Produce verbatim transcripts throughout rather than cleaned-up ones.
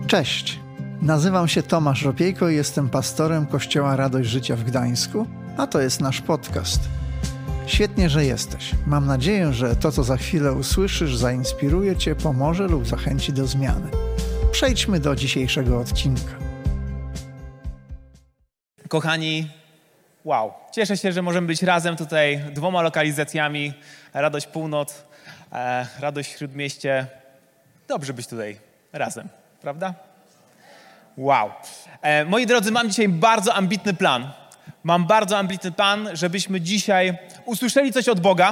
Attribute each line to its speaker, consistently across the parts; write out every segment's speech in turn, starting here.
Speaker 1: Cześć, nazywam się Tomasz Ropiejko i jestem pastorem Kościoła Radość Życia w Gdańsku, a to jest nasz podcast. Świetnie, że jesteś. Mam nadzieję, że to, co za chwilę usłyszysz, zainspiruje Cię, pomoże lub zachęci do zmiany. Przejdźmy do dzisiejszego odcinka.
Speaker 2: Kochani, wow, cieszę się, że możemy być razem tutaj dwoma lokalizacjami. Radość Północ, e, Radość Śródmieście. Dobrze być tutaj razem, prawda? Wow. E, moi drodzy, mam dzisiaj bardzo ambitny plan. Mam bardzo ambitny plan, żebyśmy dzisiaj usłyszeli coś od Boga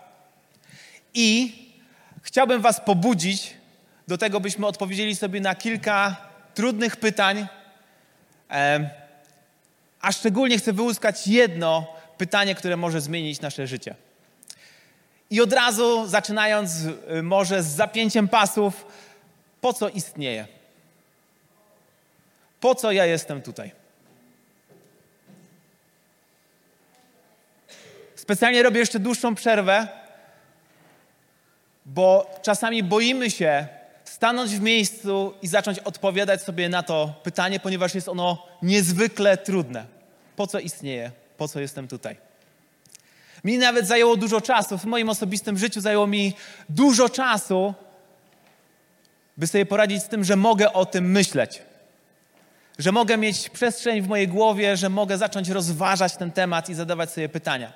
Speaker 2: i chciałbym was pobudzić do tego, byśmy odpowiedzieli sobie na kilka trudnych pytań, e, a szczególnie chcę wyłuskać jedno pytanie, które może zmienić nasze życie. I od razu, zaczynając może z zapięciem pasów, po co istnieje? Po co ja jestem tutaj? Specjalnie robię jeszcze dłuższą przerwę, bo czasami boimy się stanąć w miejscu i zacząć odpowiadać sobie na to pytanie, ponieważ jest ono niezwykle trudne. Po co istnieje? Po co jestem tutaj? Mi nawet zajęło dużo czasu, w moim osobistym życiu zajęło mi dużo czasu, by sobie poradzić z tym, że mogę o tym myśleć. Że mogę mieć przestrzeń w mojej głowie, że mogę zacząć rozważać ten temat i zadawać sobie pytania.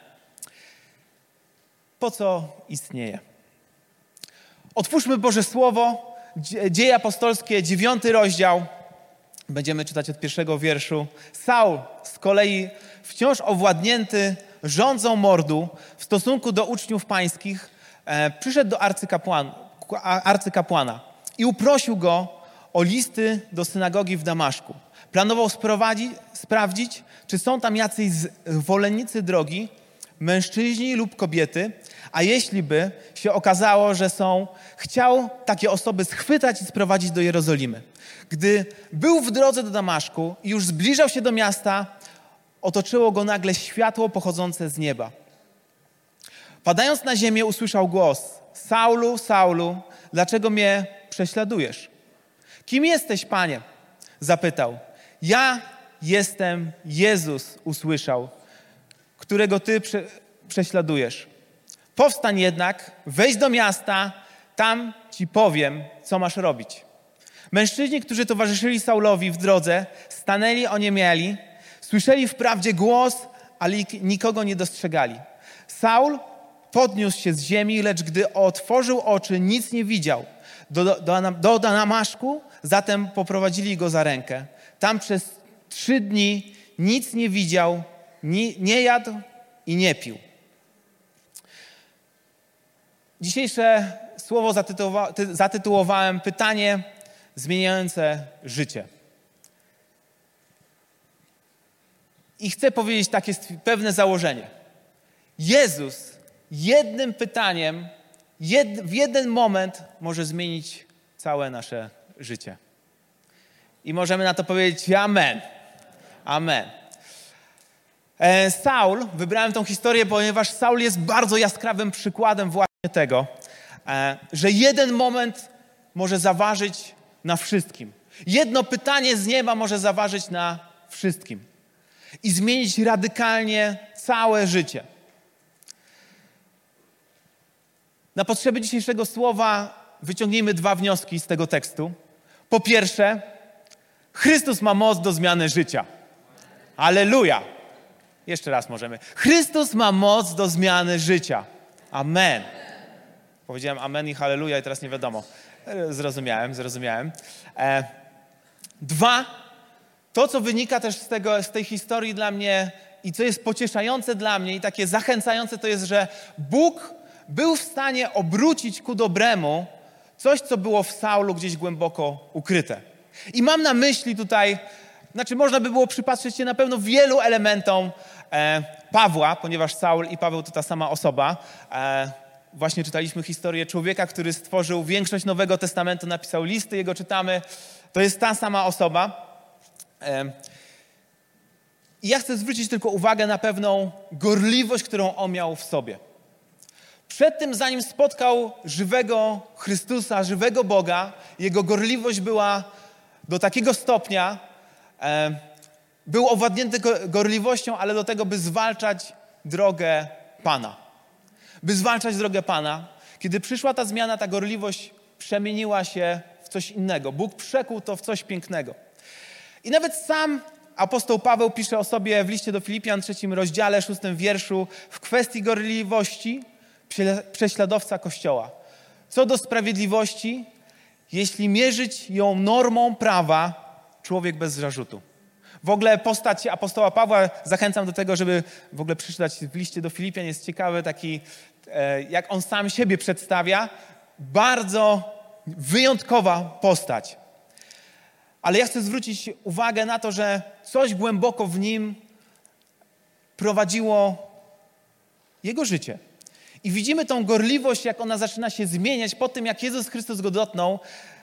Speaker 2: Po co istnieje? Otwórzmy Boże Słowo, Dzieje Apostolskie, dziewiąty rozdział. Będziemy czytać od pierwszego wierszu. Saul z kolei wciąż owładnięty żądzą mordu w stosunku do uczniów pańskich, e, przyszedł do arcykapłan, arcykapłana i uprosił go o listy do synagogi w Damaszku. Planował sprawdzić, czy są tam jacyś zwolennicy drogi, mężczyźni lub kobiety, a jeśli by się okazało, że są, chciał takie osoby schwytać i sprowadzić do Jerozolimy. Gdy był w drodze do Damaszku i już zbliżał się do miasta, otoczyło go nagle światło pochodzące z nieba. Padając na ziemię, usłyszał głos: Saulu, Saulu, dlaczego mnie prześladujesz? Kim jesteś, Panie? Zapytał. Ja jestem Jezus, usłyszał, którego Ty prze- prześladujesz. Powstań jednak, wejdź do miasta, tam Ci powiem, co masz robić. Mężczyźni, którzy towarzyszyli Saulowi w drodze, stanęli oniemiali, słyszeli wprawdzie głos, ale nikogo nie dostrzegali. Saul podniósł się z ziemi, lecz gdy otworzył oczy, nic nie widział. Do, do, do Damaszku zatem poprowadzili go za rękę. Tam przez trzy dni nic nie widział, nie, nie jadł i nie pił. Dzisiejsze słowo zatytułowa, zatytułowałem Pytanie zmieniające życie. I chcę powiedzieć takie pewne założenie. Jezus jednym pytaniem jed, w jeden moment może zmienić całe nasze życie. I możemy na to powiedzieć amen. Amen. E, Saul, wybrałem tą historię, ponieważ Saul jest bardzo jaskrawym przykładem właśnie tego, e, że jeden moment może zaważyć na wszystkim. Jedno pytanie z nieba może zaważyć na wszystkim i zmienić radykalnie całe życie. Na potrzeby dzisiejszego słowa wyciągnijmy dwa wnioski z tego tekstu. Po pierwsze, Chrystus ma moc do zmiany życia. Alleluja! Jeszcze raz możemy. Chrystus ma moc do zmiany życia. Amen. Powiedziałem amen i halleluja i teraz nie wiadomo. Zrozumiałem, zrozumiałem. E, dwa, to co wynika też z, tego, z tej historii dla mnie i co jest pocieszające dla mnie i takie zachęcające, to jest, że Bóg był w stanie obrócić ku dobremu coś, co było w Saulu gdzieś głęboko ukryte. I mam na myśli tutaj, znaczy można by było przypatrzeć się na pewno wielu elementom e, Pawła, ponieważ Saul i Paweł to ta sama osoba. E, właśnie czytaliśmy historię człowieka, który stworzył większość Nowego Testamentu, napisał listy, jego czytamy. To jest ta sama osoba. E, I ja chcę zwrócić tylko uwagę na pewną gorliwość, którą on miał w sobie. Przed tym, zanim spotkał żywego Chrystusa, żywego Boga, jego gorliwość była do takiego stopnia e, był owładnięty gorliwością, ale do tego, by zwalczać drogę Pana. By zwalczać drogę Pana. Kiedy przyszła ta zmiana, ta gorliwość przemieniła się w coś innego. Bóg przekuł to w coś pięknego. I nawet sam apostoł Paweł pisze o sobie w liście do Filipian, trzecim rozdziale, szóstym wierszu, w kwestii gorliwości prześladowca Kościoła. Co do sprawiedliwości, jeśli mierzyć ją normą prawa, człowiek bez zarzutu. W ogóle postać apostoła Pawła, zachęcam do tego, żeby w ogóle przeczytać w liście do Filipian, jest ciekawy taki, jak on sam siebie przedstawia, bardzo wyjątkowa postać. Ale ja chcę zwrócić uwagę na to, że coś głęboko w nim prowadziło jego życie. I widzimy tą gorliwość, jak ona zaczyna się zmieniać po tym, jak Jezus Chrystus go dotknął.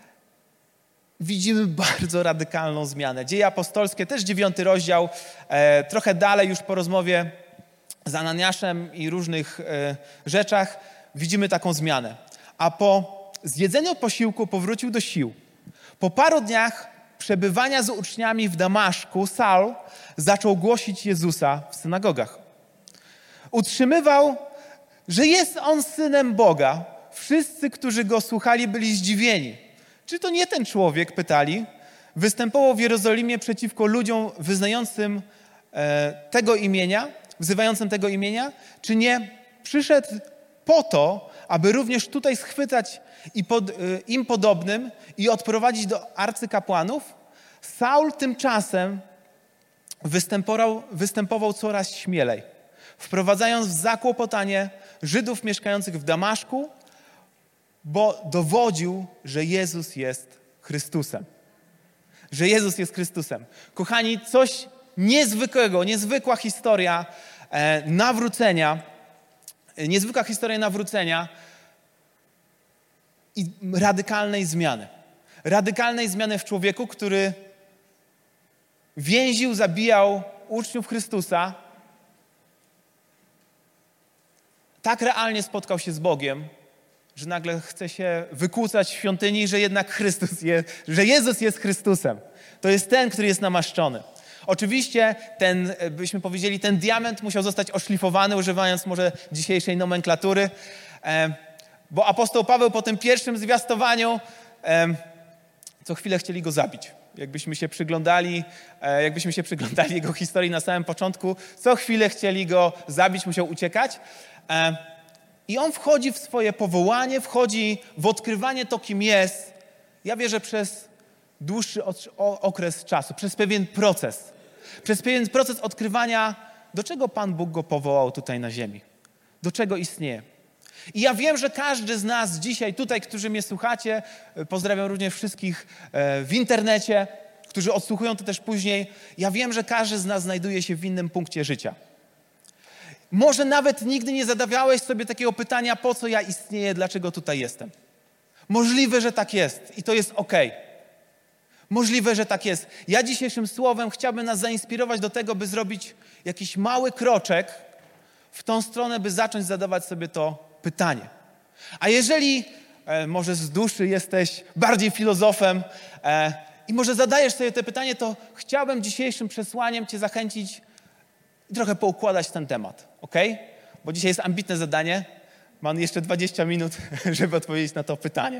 Speaker 2: Widzimy bardzo radykalną zmianę. Dzieje apostolskie, też dziewiąty rozdział, e, trochę dalej już po rozmowie z Ananiaszem i różnych e, rzeczach, widzimy taką zmianę. A po zjedzeniu posiłku powrócił do sił. Po paru dniach przebywania z uczniami w Damaszku Saul zaczął głosić Jezusa w synagogach. Utrzymywał, że jest on Synem Boga. Wszyscy, którzy go słuchali, byli zdziwieni. Czy to nie ten człowiek, pytali, występował w Jerozolimie przeciwko ludziom wyznającym e, tego imienia, wzywającym tego imienia? Czy nie przyszedł po to, aby również tutaj schwytać i pod, e, im podobnym i odprowadzić do arcykapłanów? Saul tymczasem występował, występował coraz śmielej, wprowadzając w zakłopotanie Żydów mieszkających w Damaszku, bo dowodził, że Jezus jest Chrystusem. Że Jezus jest Chrystusem. Kochani, coś niezwykłego, niezwykła historia e, nawrócenia, e, niezwykła historia nawrócenia i radykalnej zmiany. Radykalnej zmiany w człowieku, który więził, zabijał uczniów Chrystusa, tak realnie spotkał się z Bogiem, że nagle chce się wykłócać w świątyni, że jednak Chrystus jest, że Jezus jest Chrystusem. To jest ten, który jest namaszczony. Oczywiście ten, byśmy powiedzieli, ten diament musiał zostać oszlifowany, używając może dzisiejszej nomenklatury, bo apostoł Paweł po tym pierwszym zwiastowaniu co chwilę chcieli go zabić. Jakbyśmy się przyglądali, jakbyśmy się przyglądali jego historii na samym początku, co chwilę chcieli go zabić, musiał uciekać. I on wchodzi w swoje powołanie, wchodzi w odkrywanie to, kim jest. Ja wierzę przez dłuższy okres czasu, przez pewien proces. Przez pewien proces odkrywania, do czego Pan Bóg go powołał tutaj na ziemi. Do czego istnieje. I ja wiem, że każdy z nas dzisiaj tutaj, którzy mnie słuchacie, pozdrawiam również wszystkich w internecie, którzy odsłuchują to też później. Ja wiem, że każdy z nas znajduje się w innym punkcie życia. Może nawet nigdy nie zadawiałeś sobie takiego pytania, po co ja istnieję, dlaczego tutaj jestem. Możliwe, że tak jest i to jest okej. Możliwe, że tak jest. Ja dzisiejszym słowem chciałbym nas zainspirować do tego, by zrobić jakiś mały kroczek w tą stronę, by zacząć zadawać sobie to pytanie. A jeżeli e, może z duszy jesteś bardziej filozofem e, i może zadajesz sobie to pytanie, to chciałbym dzisiejszym przesłaniem Cię zachęcić i trochę poukładać ten temat, ok? Bo dzisiaj jest ambitne zadanie. Mam jeszcze dwadzieścia minut, żeby odpowiedzieć na to pytanie.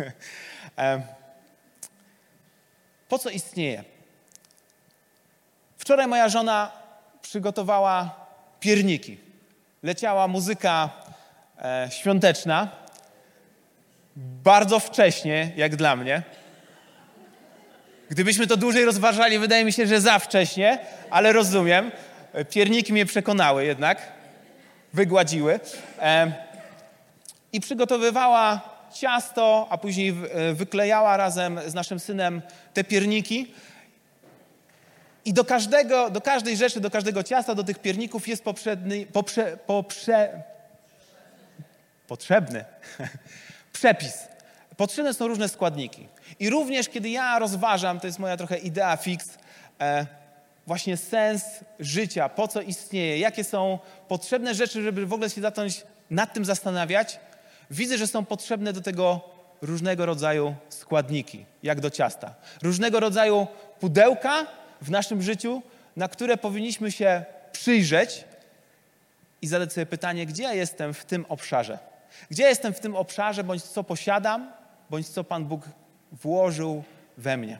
Speaker 2: Po co istnieje? Wczoraj moja żona przygotowała pierniki. Leciała muzyka e, świąteczna. Bardzo wcześnie, jak dla mnie. Gdybyśmy to dłużej rozważali, wydaje mi się, że za wcześnie, ale rozumiem. Pierniki mnie przekonały jednak, wygładziły. E, I przygotowywała ciasto, a później wyklejała razem z naszym synem te pierniki. I do każdego, do każdej rzeczy, do każdego ciasta, do tych pierników jest poprzedni, poprze, poprze, potrzebny przepis. Potrzebne są różne składniki. I również, kiedy ja rozważam, to jest moja trochę idea fix, e, właśnie sens życia, po co istnieje, jakie są potrzebne rzeczy, żeby w ogóle się zacząć nad tym zastanawiać, widzę, że są potrzebne do tego różnego rodzaju składniki, jak do ciasta. Różnego rodzaju pudełka w naszym życiu, na które powinniśmy się przyjrzeć i zadać sobie pytanie, gdzie ja jestem w tym obszarze? Gdzie ja jestem w tym obszarze, bądź co posiadam, bądź co Pan Bóg włożył we mnie?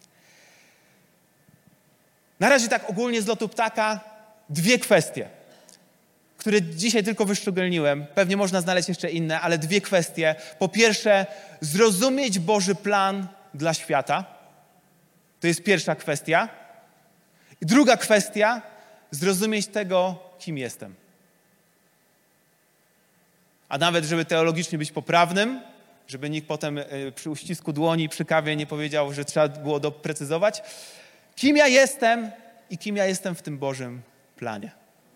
Speaker 2: Na razie tak ogólnie z lotu ptaka dwie kwestie, które dzisiaj tylko wyszczególniłem. Pewnie można znaleźć jeszcze inne, ale dwie kwestie. Po pierwsze, zrozumieć Boży plan dla świata. To jest pierwsza kwestia. I druga kwestia, zrozumieć tego, kim jestem. A nawet, żeby teologicznie być poprawnym, żeby nikt potem przy uścisku dłoni, przy kawie nie powiedział, że trzeba było doprecyzować, kim ja jestem i kim ja jestem w tym Bożym planie.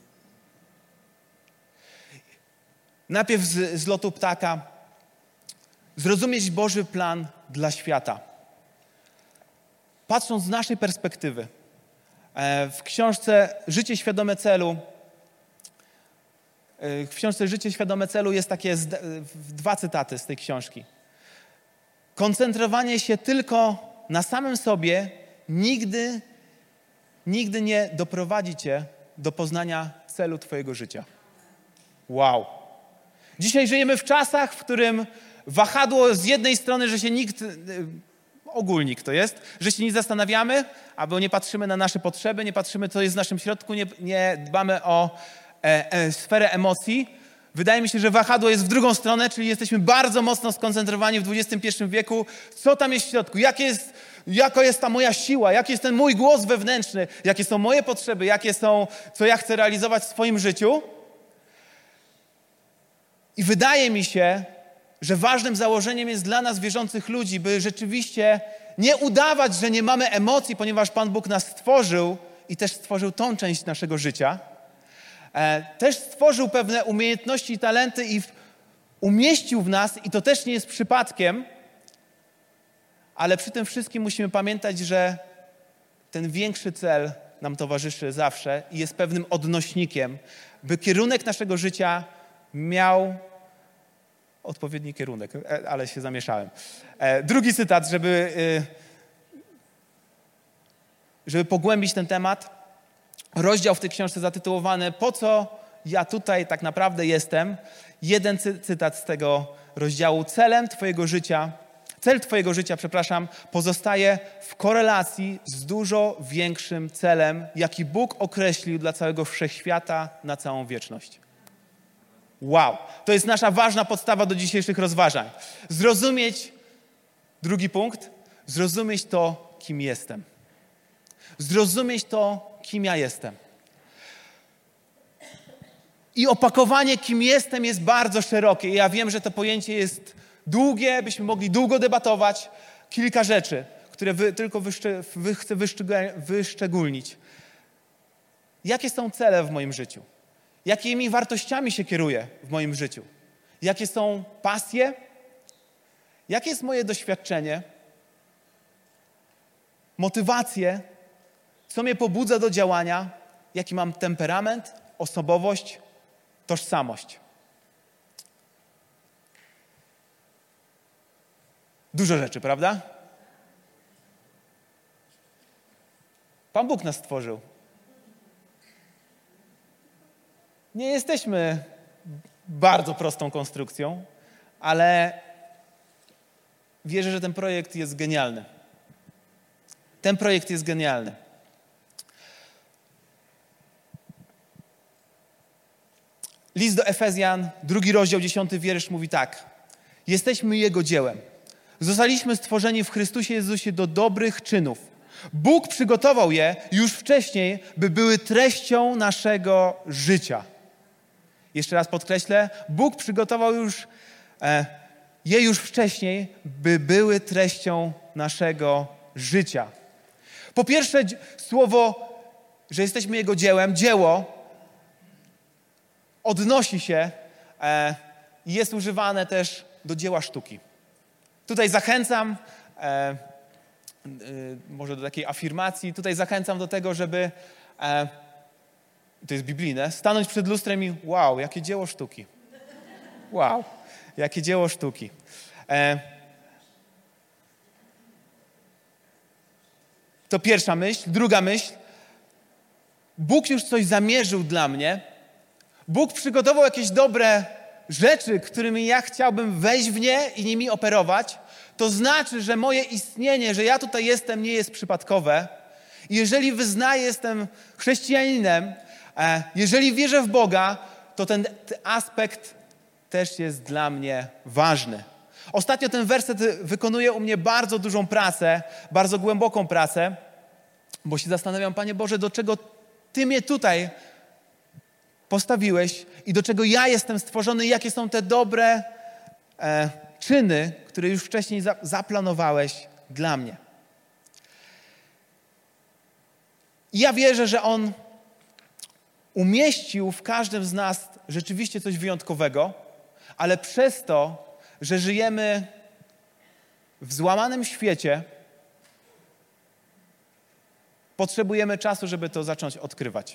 Speaker 2: Najpierw z, z lotu ptaka zrozumieć Boży plan dla świata. Patrząc z naszej perspektywy, w książce Życie świadome celu, w książce Życie świadome celu jest takie dwa cytaty z tej książki. Koncentrowanie się tylko na samym sobie nigdy, nigdy nie doprowadzi cię do poznania celu twojego życia. Wow. Dzisiaj żyjemy w czasach, w którym wahadło z jednej strony, że się nikt, ogólnik to jest, że się nie zastanawiamy, albo nie patrzymy na nasze potrzeby, nie patrzymy, co jest w naszym środku, nie, nie dbamy o e, e, sferę emocji. Wydaje mi się, że wahadło jest w drugą stronę, czyli jesteśmy bardzo mocno skoncentrowani w dwudziestym pierwszym wieku. Co tam jest w środku? Jakie jest, jaka jest ta moja siła? Jaki jest ten mój głos wewnętrzny? Jakie są moje potrzeby? Jakie są, co ja chcę realizować w swoim życiu? I wydaje mi się, że ważnym założeniem jest dla nas, wierzących ludzi, by rzeczywiście nie udawać, że nie mamy emocji, ponieważ Pan Bóg nas stworzył i też stworzył tą część naszego życia. E, też stworzył pewne umiejętności i talenty i w, umieścił w nas, i to też nie jest przypadkiem, ale przy tym wszystkim musimy pamiętać, że ten większy cel nam towarzyszy zawsze i jest pewnym odnośnikiem, by kierunek naszego życia miał odpowiedni kierunek, ale się zamieszałem. Drugi cytat, żeby, żeby pogłębić ten temat. Rozdział w tej książce zatytułowany Po co ja tutaj tak naprawdę jestem? Jeden cy- cytat z tego rozdziału. Celem twojego życia, cel twojego życia, przepraszam, pozostaje w korelacji z dużo większym celem, jaki Bóg określił dla całego wszechświata na całą wieczność. Wow, to jest nasza ważna podstawa do dzisiejszych rozważań. Zrozumieć, drugi punkt, zrozumieć to, kim jestem. Zrozumieć to, kim ja jestem. I opakowanie, kim jestem, jest bardzo szerokie. Ja wiem, że to pojęcie jest długie, byśmy mogli długo debatować. Kilka rzeczy, które wy, tylko wyszcze, wy, chcę wyszczególnić. Jakie są cele w moim życiu? Jakimi wartościami się kieruję w moim życiu? Jakie są pasje? Jakie jest moje doświadczenie? Motywacje? Co mnie pobudza do działania? Jaki mam temperament, osobowość, tożsamość? Dużo rzeczy, prawda? Pan Bóg nas stworzył. Nie jesteśmy bardzo prostą konstrukcją, ale wierzę, że ten projekt jest genialny. Ten projekt jest genialny. List do Efezjan, drugi rozdział, dziesiąty wiersz mówi tak. Jesteśmy Jego dziełem. Zostaliśmy stworzeni w Chrystusie Jezusie do dobrych czynów. Bóg przygotował je już wcześniej, by były treścią naszego życia. Jeszcze raz podkreślę, Bóg przygotował już e, je już wcześniej, by były treścią naszego życia. Po pierwsze, słowo, że jesteśmy Jego dziełem, dzieło odnosi się i e, jest używane też do dzieła sztuki. Tutaj zachęcam, e, e, może do takiej afirmacji, tutaj zachęcam do tego, żeby, e, to jest biblijne, stanąć przed lustrem i wow, jakie dzieło sztuki. Wow, jakie dzieło sztuki. E, To pierwsza myśl. Druga myśl. Bóg już coś zamierzył dla mnie. Bóg przygotował jakieś dobre rzeczy, którymi ja chciałbym wejść w nie i nimi operować. To znaczy, że moje istnienie, że ja tutaj jestem, nie jest przypadkowe. I jeżeli wyznaję, jestem chrześcijaninem, jeżeli wierzę w Boga, to ten aspekt też jest dla mnie ważny. Ostatnio ten werset wykonuje u mnie bardzo dużą pracę, bardzo głęboką pracę, bo się zastanawiam, Panie Boże, do czego Ty mnie tutaj postawiłeś i do czego ja jestem stworzony, jakie są te dobre e, czyny, które już wcześniej za, zaplanowałeś dla mnie. I ja wierzę, że On umieścił w każdym z nas rzeczywiście coś wyjątkowego, ale przez to, że żyjemy w złamanym świecie, potrzebujemy czasu, żeby to zacząć odkrywać.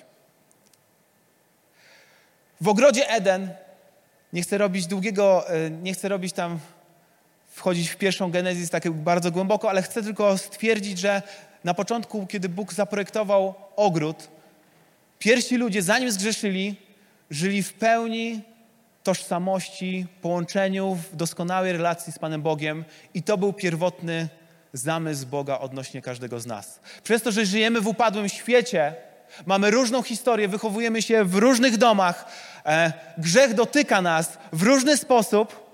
Speaker 2: W ogrodzie Eden, nie chcę robić długiego, nie chcę robić tam, wchodzić w pierwszą Genezis tak bardzo głęboko, ale chcę tylko stwierdzić, że na początku, kiedy Bóg zaprojektował ogród, pierwsi ludzie, zanim zgrzeszyli, żyli w pełni tożsamości, połączeniu, w doskonałej relacji z Panem Bogiem i to był pierwotny zamysł Boga odnośnie każdego z nas. Przez to, że żyjemy w upadłym świecie, mamy różną historię, wychowujemy się w różnych domach, e, grzech dotyka nas w różny sposób.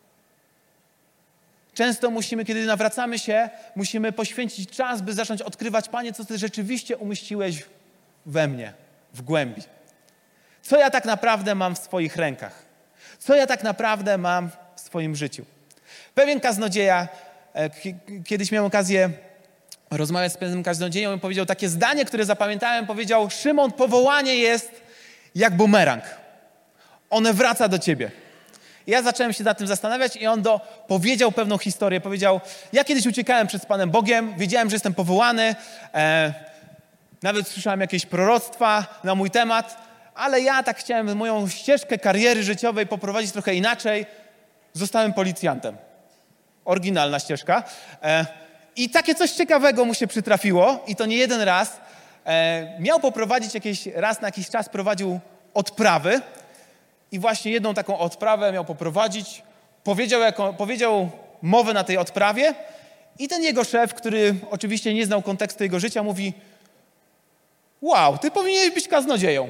Speaker 2: Często musimy, kiedy nawracamy się, musimy poświęcić czas, by zacząć odkrywać, Panie, co Ty rzeczywiście umieściłeś we mnie, w głębi. Co ja tak naprawdę mam w swoich rękach? Co ja tak naprawdę mam w swoim życiu? Pewien kaznodzieja, e, k- kiedyś miałem okazję rozmawiać z pewnym kaznodzieją i powiedział takie zdanie, które zapamiętałem, powiedział: Szymon, powołanie jest jak bumerang. One wraca do ciebie. I ja zacząłem się nad tym zastanawiać i on do, powiedział pewną historię. Powiedział: ja kiedyś uciekałem przed Panem Bogiem, wiedziałem, że jestem powołany, e, nawet słyszałem jakieś proroctwa na mój temat, ale ja tak chciałem moją ścieżkę kariery życiowej poprowadzić trochę inaczej. Zostałem policjantem. Oryginalna ścieżka. E, I takie coś ciekawego mu się przytrafiło i to nie jeden raz. E, miał poprowadzić jakieś, raz na jakiś czas prowadził odprawy i właśnie jedną taką odprawę miał poprowadzić. Powiedział, jako, powiedział mowę na tej odprawie i ten jego szef, który oczywiście nie znał kontekstu jego życia, mówi: wow, ty powinieneś być kaznodzieją.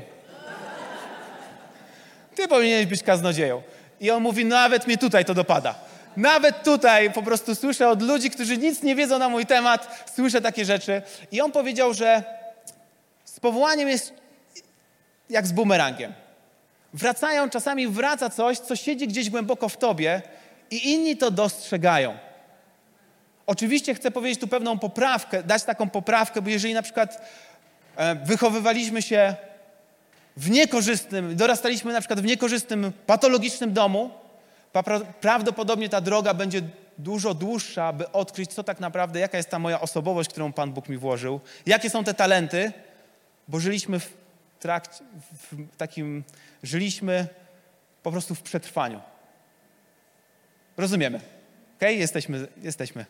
Speaker 2: Ty powinieneś być kaznodzieją. I on mówi: nawet mnie tutaj to dopada. Nawet tutaj po prostu słyszę od ludzi, którzy nic nie wiedzą na mój temat, słyszę takie rzeczy. I on powiedział, że z powołaniem jest jak z bumerangiem. Wracają, czasami wraca coś, co siedzi gdzieś głęboko w tobie i inni to dostrzegają. Oczywiście chcę powiedzieć tu pewną poprawkę, dać taką poprawkę, bo jeżeli na przykład e, wychowywaliśmy się w niekorzystnym, dorastaliśmy na przykład w niekorzystnym, patologicznym domu, prawdopodobnie ta droga będzie dużo dłuższa, aby odkryć, co tak naprawdę, jaka jest ta moja osobowość, którą Pan Bóg mi włożył, jakie są te talenty, bo żyliśmy w trakcie, w takim, żyliśmy po prostu w przetrwaniu. Rozumiemy? Okej? Jesteśmy, jesteśmy.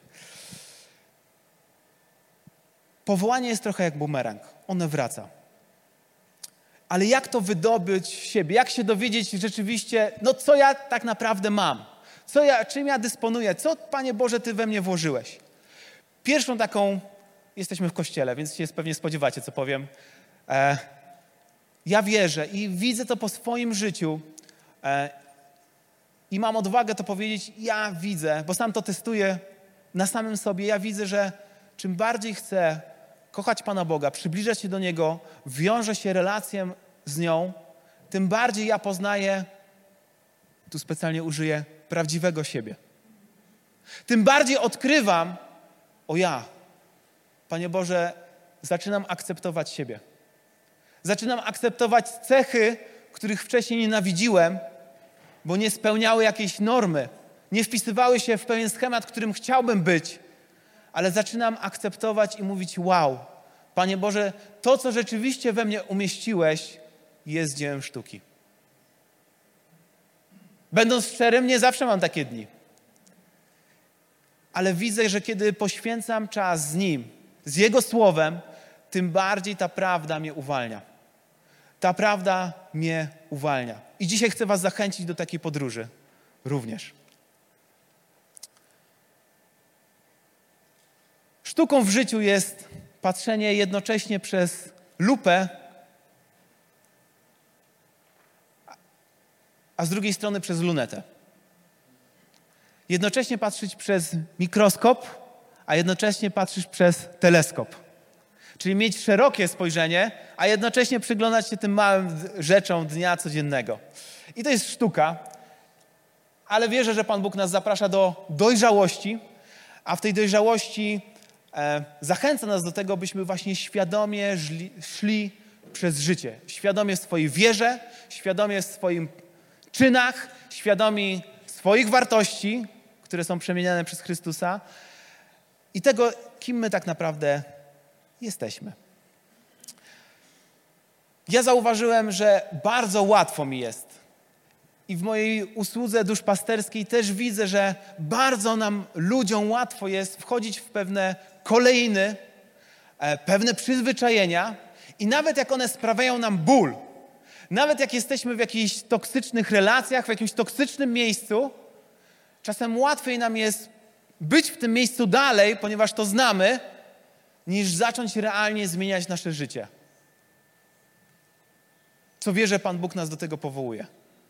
Speaker 2: Powołanie jest trochę jak bumerang. Ono wraca. Ale jak to wydobyć siebie? Jak się dowiedzieć rzeczywiście, no co ja tak naprawdę mam? Co ja, czym ja dysponuję? Co, Panie Boże, Ty we mnie włożyłeś? Pierwszą taką, jesteśmy w kościele, więc się pewnie spodziewacie, co powiem. E, ja wierzę i widzę to po swoim życiu e, i mam odwagę to powiedzieć. Ja widzę, bo sam to testuję na samym sobie. Ja widzę, że czym bardziej chcę kochać Pana Boga, przybliżać się do Niego, wiąże się relacją z nią, tym bardziej ja poznaję, tu specjalnie użyję, prawdziwego siebie. Tym bardziej odkrywam, o ja, Panie Boże, zaczynam akceptować siebie. Zaczynam akceptować cechy, których wcześniej nienawidziłem, bo nie spełniały jakiejś normy, nie wpisywały się w pewien schemat, którym chciałbym być, ale zaczynam akceptować i mówić: wow, Panie Boże, to, co rzeczywiście we mnie umieściłeś, jest dziełem sztuki. Będąc szczerym, nie zawsze mam takie dni. Ale widzę, że kiedy poświęcam czas z Nim, z Jego Słowem, tym bardziej ta prawda mnie uwalnia. Ta prawda mnie uwalnia. I dzisiaj chcę was zachęcić do takiej podróży również. Sztuką w życiu jest patrzenie jednocześnie przez lupę, a z drugiej strony przez lunetę. Jednocześnie patrzeć przez mikroskop, a jednocześnie patrzysz przez teleskop. Czyli mieć szerokie spojrzenie, a jednocześnie przyglądać się tym małym rzeczom dnia codziennego. I to jest sztuka, ale wierzę, że Pan Bóg nas zaprasza do dojrzałości, a w tej dojrzałości e, zachęca nas do tego, byśmy właśnie świadomie szli, szli przez życie. Świadomie w swojej wierze, świadomie w swoim czynach, świadomi swoich wartości, które są przemieniane przez Chrystusa i tego, kim my tak naprawdę jesteśmy. Ja zauważyłem, że bardzo łatwo mi jest i w mojej usłudze duszpasterskiej też widzę, że bardzo nam, ludziom łatwo jest wchodzić w pewne kolejny, pewne przyzwyczajenia i nawet jak one sprawiają nam ból, nawet jak jesteśmy w jakichś toksycznych relacjach, w jakimś toksycznym miejscu, czasem łatwiej nam jest być w tym miejscu dalej, ponieważ to znamy, niż zacząć realnie zmieniać nasze życie. Co wierzę, Pan Bóg nas do tego powołuje.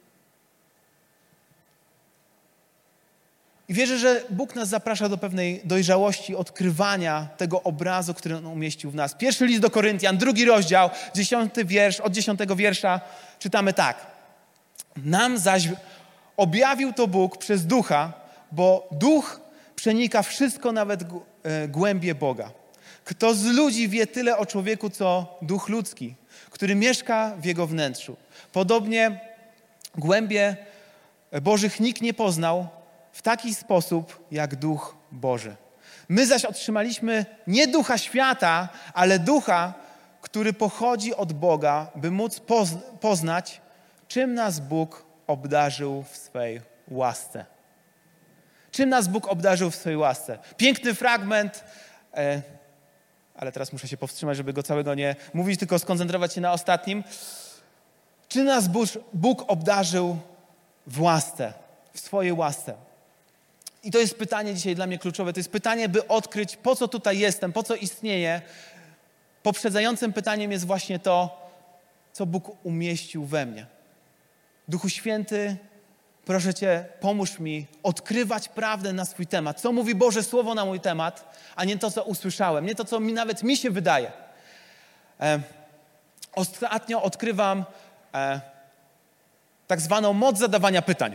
Speaker 2: I wierzę, że Bóg nas zaprasza do pewnej dojrzałości, odkrywania tego obrazu, który On umieścił w nas. Pierwszy list do Koryntian, drugi rozdział, dziesiąty wiersz, od dziesiątego wiersza czytamy tak. Nam zaś objawił to Bóg przez Ducha, bo Duch przenika wszystko, nawet głębie Boga. Kto z ludzi wie tyle o człowieku, co duch ludzki, który mieszka w jego wnętrzu. Podobnie głębie Bożych nikt nie poznał w taki sposób, jak Duch Boży. My zaś otrzymaliśmy nie ducha świata, ale ducha, który pochodzi od Boga, by móc pozn- poznać, czym nas Bóg obdarzył w swej łasce. Czym nas Bóg obdarzył w swojej łasce. Piękny fragment, e, ale teraz muszę się powstrzymać, żeby go całego nie mówić, tylko skoncentrować się na ostatnim. Czy nas Bóg, Bóg obdarzył w łasce, w swojej łasce? I to jest pytanie dzisiaj dla mnie kluczowe. To jest pytanie, by odkryć, po co tutaj jestem, po co istnieję. Poprzedzającym pytaniem jest właśnie to, co Bóg umieścił we mnie. Duchu Święty, proszę Cię, pomóż mi odkrywać prawdę na swój temat. Co mówi Boże Słowo na mój temat, a nie to, co usłyszałem, nie to, co mi, nawet mi się wydaje. E, ostatnio odkrywam e, tak zwaną moc zadawania pytań.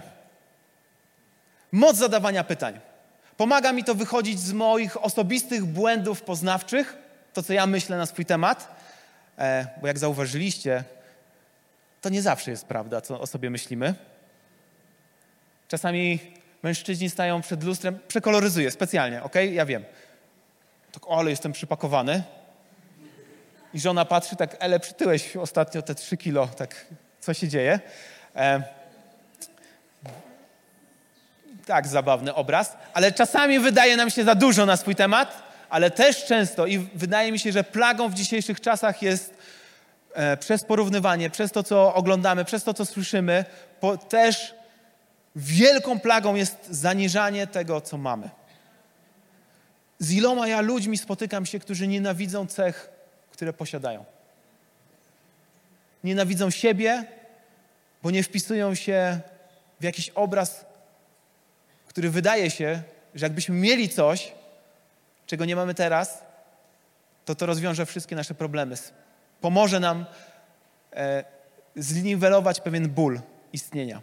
Speaker 2: Moc zadawania pytań. Pomaga mi to wychodzić z moich osobistych błędów poznawczych, to, co ja myślę na swój temat, e, bo jak zauważyliście, to nie zawsze jest prawda, co o sobie myślimy. Czasami mężczyźni stają przed lustrem, przekoloryzuję specjalnie, okej? Ja wiem. Tak, o, ale jestem przypakowany. I żona patrzy tak, Ele, przytyłeś ostatnio te trzy kilo, tak, co się dzieje? E, tak, zabawny obraz, ale czasami wydaje nam się za dużo na swój temat, ale też często i wydaje mi się, że plagą w dzisiejszych czasach jest e, przez porównywanie, przez to, co oglądamy, przez to, co słyszymy, po, też wielką plagą jest zaniżanie tego, co mamy. Z iloma ja ludźmi spotykam się, którzy nienawidzą cech, które posiadają. Nienawidzą siebie, bo nie wpisują się w jakiś obraz, który wydaje się, że jakbyśmy mieli coś, czego nie mamy teraz, to to rozwiąże wszystkie nasze problemy. Pomoże nam e, zniwelować pewien ból istnienia.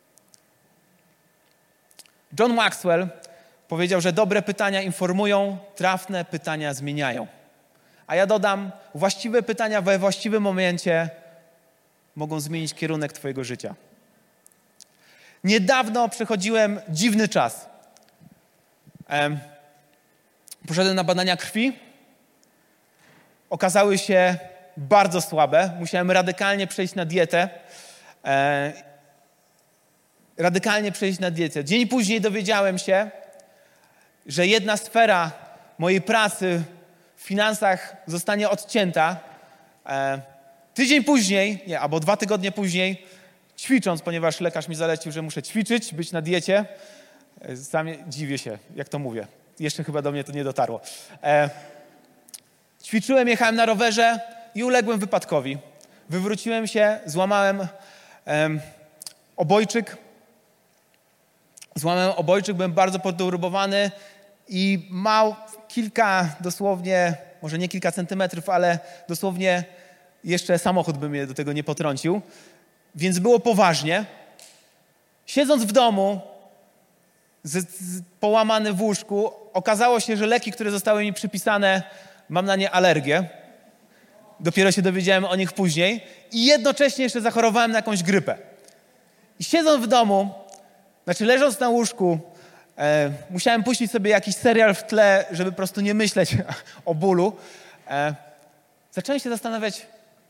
Speaker 2: John Maxwell powiedział, że dobre pytania informują, trafne pytania zmieniają. A ja dodam, właściwe pytania we właściwym momencie mogą zmienić kierunek twojego życia. Niedawno przechodziłem dziwny czas. Um, poszedłem na badania krwi. Okazały się bardzo słabe. Musiałem radykalnie przejść na dietę. E, radykalnie przejść na dietę. Dzień później dowiedziałem się, że jedna sfera mojej pracy w finansach zostanie odcięta, e, tydzień później, nie, albo dwa tygodnie później, ćwicząc, ponieważ lekarz mi zalecił, że muszę ćwiczyć, być na diecie. E, sam dziwię się, jak to mówię. Jeszcze chyba do mnie to nie dotarło. E, ćwiczyłem, jechałem na rowerze i uległem wypadkowi. Wywróciłem się, złamałem e, obojczyk. Złamałem obojczyk, byłem bardzo poturbowany i mał kilka, dosłownie, może nie kilka centymetrów, ale dosłownie jeszcze samochód by mnie do tego nie potrącił. Więc było poważnie. Siedząc w domu, z, z, połamany w łóżku, okazało się, że leki, które zostały mi przypisane, mam na nie alergię. Dopiero się dowiedziałem o nich później. I jednocześnie jeszcze zachorowałem na jakąś grypę. I siedząc w domu, znaczy leżąc na łóżku, e, musiałem puścić sobie jakiś serial w tle, żeby po prostu nie myśleć o bólu. E, zacząłem się zastanawiać,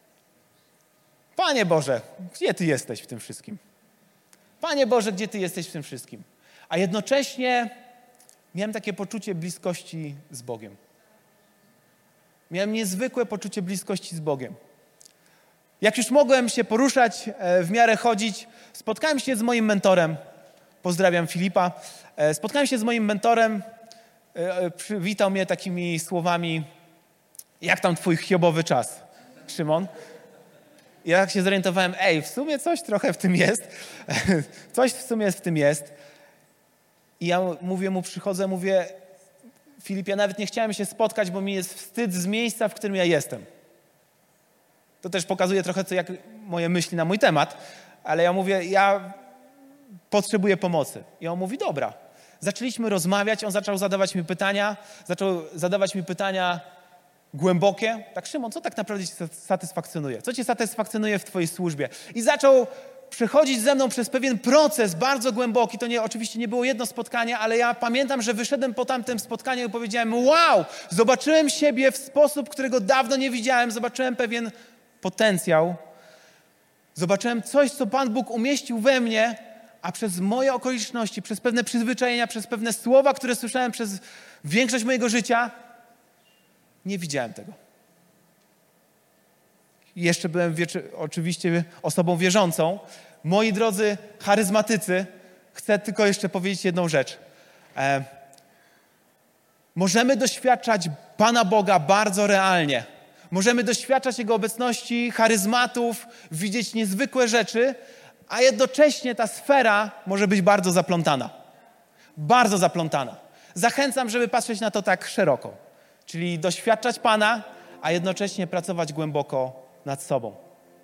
Speaker 2: Panie Boże, gdzie Ty jesteś w tym wszystkim? Panie Boże, gdzie Ty jesteś w tym wszystkim? A jednocześnie miałem takie poczucie bliskości z Bogiem. Miałem niezwykłe poczucie bliskości z Bogiem. Jak już mogłem się poruszać, w miarę chodzić, spotkałem się z moim mentorem. Pozdrawiam Filipa. Spotkałem się z moim mentorem. Przywitał mnie takimi słowami: jak tam twój hiobowy czas, Szymon? I ja tak się zorientowałem, ej, w sumie coś trochę w tym jest. Coś w sumie w tym jest. I ja mówię mu, przychodzę, mówię: Filip, ja nawet nie chciałem się spotkać, bo mi jest wstyd z miejsca, w którym ja jestem. To też pokazuje trochę, co jak moje myśli na mój temat, ale ja mówię, ja potrzebuję pomocy. I on mówi, dobra. Zaczęliśmy rozmawiać, on zaczął zadawać mi pytania, zaczął zadawać mi pytania głębokie. Tak, Szymon, co tak naprawdę cię satysfakcjonuje? Co cię satysfakcjonuje w twojej służbie? I zaczął przechodzić ze mną przez pewien proces bardzo głęboki. To nie, oczywiście nie było jedno spotkanie, ale ja pamiętam, że wyszedłem po tamtym spotkaniu i powiedziałem, wow, zobaczyłem siebie w sposób, którego dawno nie widziałem. Zobaczyłem pewien potencjał. Zobaczyłem coś, co Pan Bóg umieścił we mnie, a przez moje okoliczności, przez pewne przyzwyczajenia, przez pewne słowa, które słyszałem przez większość mojego życia, nie widziałem tego. Jeszcze byłem wieczy- oczywiście osobą wierzącą. Moi drodzy charyzmatycy, chcę tylko jeszcze powiedzieć jedną rzecz. E, możemy doświadczać Pana Boga bardzo realnie. Możemy doświadczać Jego obecności, charyzmatów, widzieć niezwykłe rzeczy, a jednocześnie ta sfera może być bardzo zaplątana. Bardzo zaplątana. Zachęcam, żeby patrzeć na to tak szeroko. Czyli doświadczać Pana, a jednocześnie pracować głęboko nad sobą.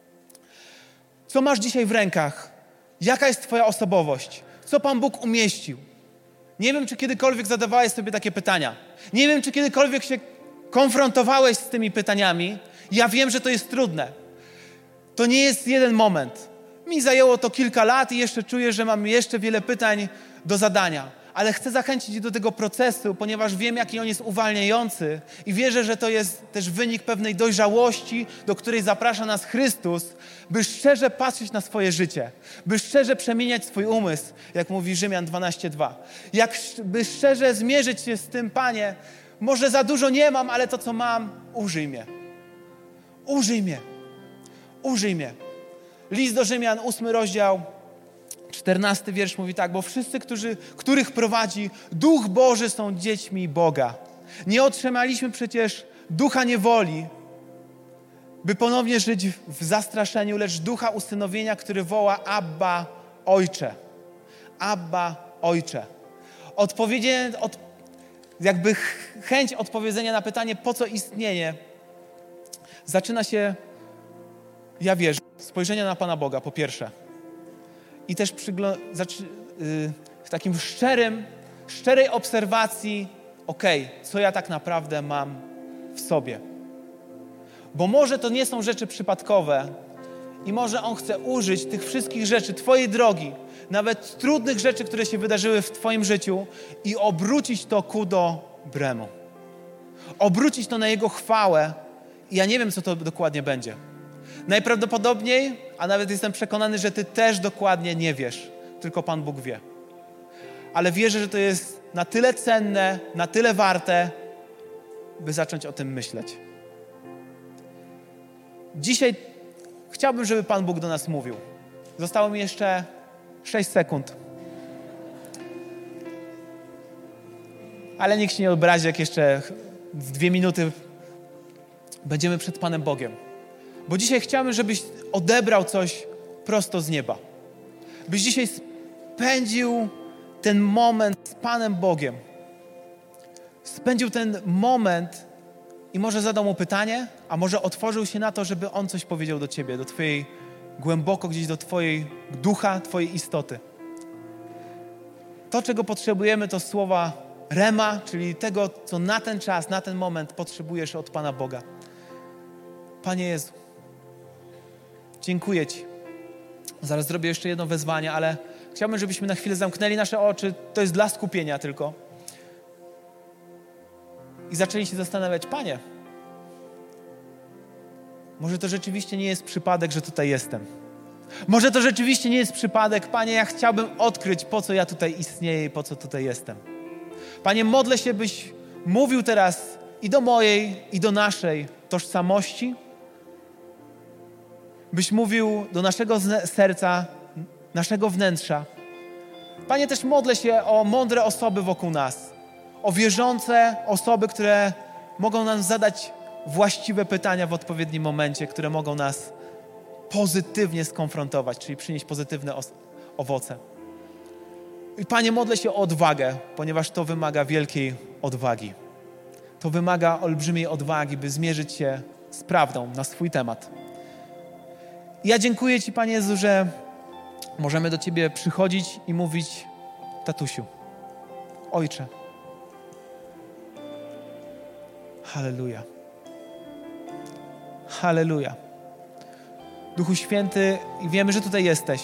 Speaker 2: Co masz dzisiaj w rękach? Jaka jest twoja osobowość? Co Pan Bóg umieścił? Nie wiem, czy kiedykolwiek zadawałeś sobie takie pytania. Nie wiem, czy kiedykolwiek się konfrontowałeś z tymi pytaniami. Ja wiem, że to jest trudne. To nie jest jeden moment. Mi zajęło to kilka lat i jeszcze czuję, że mam jeszcze wiele pytań do zadania. Ale chcę zachęcić do tego procesu, ponieważ wiem, jaki on jest uwalniający i wierzę, że to jest też wynik pewnej dojrzałości, do której zaprasza nas Chrystus, by szczerze patrzeć na swoje życie, by szczerze przemieniać swój umysł, jak mówi Rzymian dwanaście dwa. Jak, by szczerze zmierzyć się z tym, Panie, może za dużo nie mam, ale to, co mam, użyj mnie. Użyj mnie. Użyj mnie. List do Rzymian, ósmy rozdział, czternasty wiersz mówi tak, bo wszyscy, którzy, których prowadzi Duch Boży, są dziećmi Boga. Nie otrzymaliśmy przecież ducha niewoli, by ponownie żyć w zastraszeniu, lecz ducha usynowienia, który woła Abba, Ojcze. Abba, Ojcze. Odpowiedzie, od, jakby chęć odpowiedzenia na pytanie, po co istnieje, zaczyna się, ja wierzę, spojrzenia na Pana Boga, po pierwsze. I też przygl- zaczy- yy, w takim szczerym, szczerej obserwacji, okej, okay, co ja tak naprawdę mam w sobie. Bo może to nie są rzeczy przypadkowe i może On chce użyć tych wszystkich rzeczy, Twojej drogi, nawet trudnych rzeczy, które się wydarzyły w Twoim życiu i obrócić to ku dobremu. Obrócić to na Jego chwałę i ja nie wiem, co to dokładnie będzie. Najprawdopodobniej, a nawet jestem przekonany, że Ty też dokładnie nie wiesz, tylko Pan Bóg wie. Ale wierzę, że to jest na tyle cenne, na tyle warte, by zacząć o tym myśleć. Dzisiaj chciałbym, żeby Pan Bóg do nas mówił. Zostało mi jeszcze sześć sekund. Ale nikt się nie obrazi, jak jeszcze w dwie minuty będziemy przed Panem Bogiem. Bo dzisiaj chciałbym, żebyś odebrał coś prosto z nieba. Byś dzisiaj spędził ten moment z Panem Bogiem. Spędził ten moment i może zadał mu pytanie, a może otworzył się na to, żeby on coś powiedział do ciebie, do twojej, głęboko gdzieś do twojej ducha, twojej istoty. To, czego potrzebujemy, to słowa rema, czyli tego, co na ten czas, na ten moment potrzebujesz od Pana Boga. Panie Jezu, dziękuję Ci. Zaraz zrobię jeszcze jedno wezwanie, ale chciałbym, żebyśmy na chwilę zamknęli nasze oczy. To jest dla skupienia tylko. I zaczęli się zastanawiać, Panie, może to rzeczywiście nie jest przypadek, że tutaj jestem. Może to rzeczywiście nie jest przypadek. Panie, ja chciałbym odkryć, po co ja tutaj istnieję i po co tutaj jestem. Panie, modlę się, byś mówił teraz i do mojej, i do naszej tożsamości, byś mówił do naszego serca, naszego wnętrza. Panie, też modlę się o mądre osoby wokół nas, o wierzące osoby, które mogą nam zadać właściwe pytania w odpowiednim momencie, które mogą nas pozytywnie skonfrontować, czyli przynieść pozytywne owoce. I Panie, modlę się o odwagę, ponieważ to wymaga wielkiej odwagi. To wymaga olbrzymiej odwagi, by zmierzyć się z prawdą na swój temat. I ja dziękuję Ci, Panie Jezu, że możemy do Ciebie przychodzić i mówić: tatusiu, Ojcze. Halleluja. Halleluja. Duchu Święty, wiemy, że tutaj jesteś.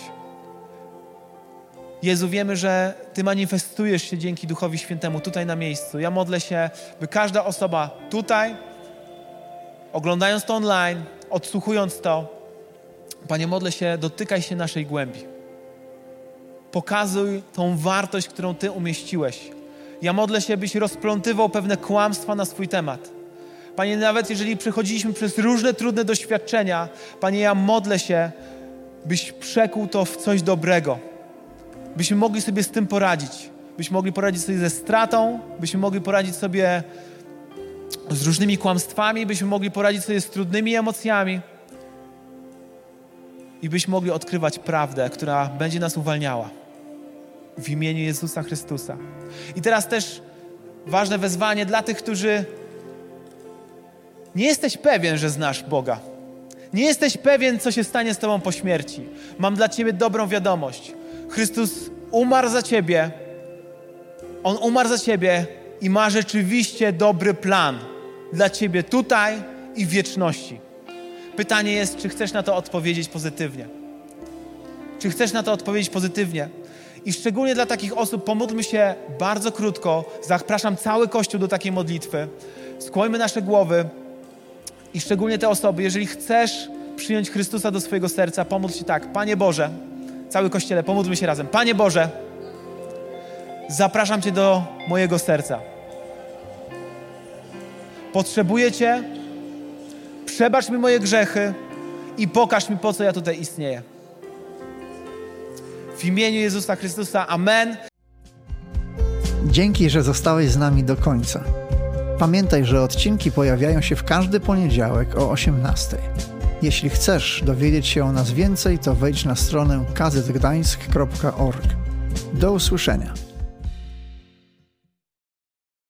Speaker 2: Jezu, wiemy, że Ty manifestujesz się dzięki Duchowi Świętemu tutaj na miejscu. Ja modlę się, by każda osoba tutaj, oglądając to online, odsłuchując to, Panie, modlę się, dotykaj się naszej głębi. Pokazuj tą wartość, którą Ty umieściłeś. Ja modlę się, byś rozplątywał pewne kłamstwa na swój temat. Panie, nawet jeżeli przechodziliśmy przez różne trudne doświadczenia, Panie, ja modlę się, byś przekuł to w coś dobrego. Byśmy mogli sobie z tym poradzić. Byśmy mogli poradzić sobie ze stratą, byśmy mogli poradzić sobie z różnymi kłamstwami, byśmy mogli poradzić sobie z trudnymi emocjami i byśmy mogli odkrywać prawdę, która będzie nas uwalniała. W imieniu Jezusa Chrystusa. I teraz też ważne wezwanie dla tych, którzy nie jesteś pewien, że znasz Boga. Nie jesteś pewien, co się stanie z Tobą po śmierci. Mam dla Ciebie dobrą wiadomość. Chrystus umarł za Ciebie. On umarł za Ciebie i ma rzeczywiście dobry plan dla Ciebie tutaj i w wieczności. Pytanie jest, czy chcesz na to odpowiedzieć pozytywnie. Czy chcesz na to odpowiedzieć pozytywnie? I szczególnie dla takich osób pomódlmy się bardzo krótko. Zapraszam cały Kościół do takiej modlitwy. Skłońmy nasze głowy i szczególnie te osoby, jeżeli chcesz przyjąć Chrystusa do swojego serca, pomódl się tak: Panie Boże, cały Kościele, pomódlmy się razem. Panie Boże, zapraszam Cię do mojego serca. Potrzebuję Cię, przebacz mi moje grzechy i pokaż mi, po co ja tutaj istnieję. W imieniu Jezusa Chrystusa. Amen.
Speaker 1: Dzięki, że zostałeś z nami do końca. Pamiętaj, że odcinki pojawiają się w każdy poniedziałek o osiemnastej. Jeśli chcesz dowiedzieć się o nas więcej, to wejdź na stronę kazetgdańsk kropka org. Do usłyszenia.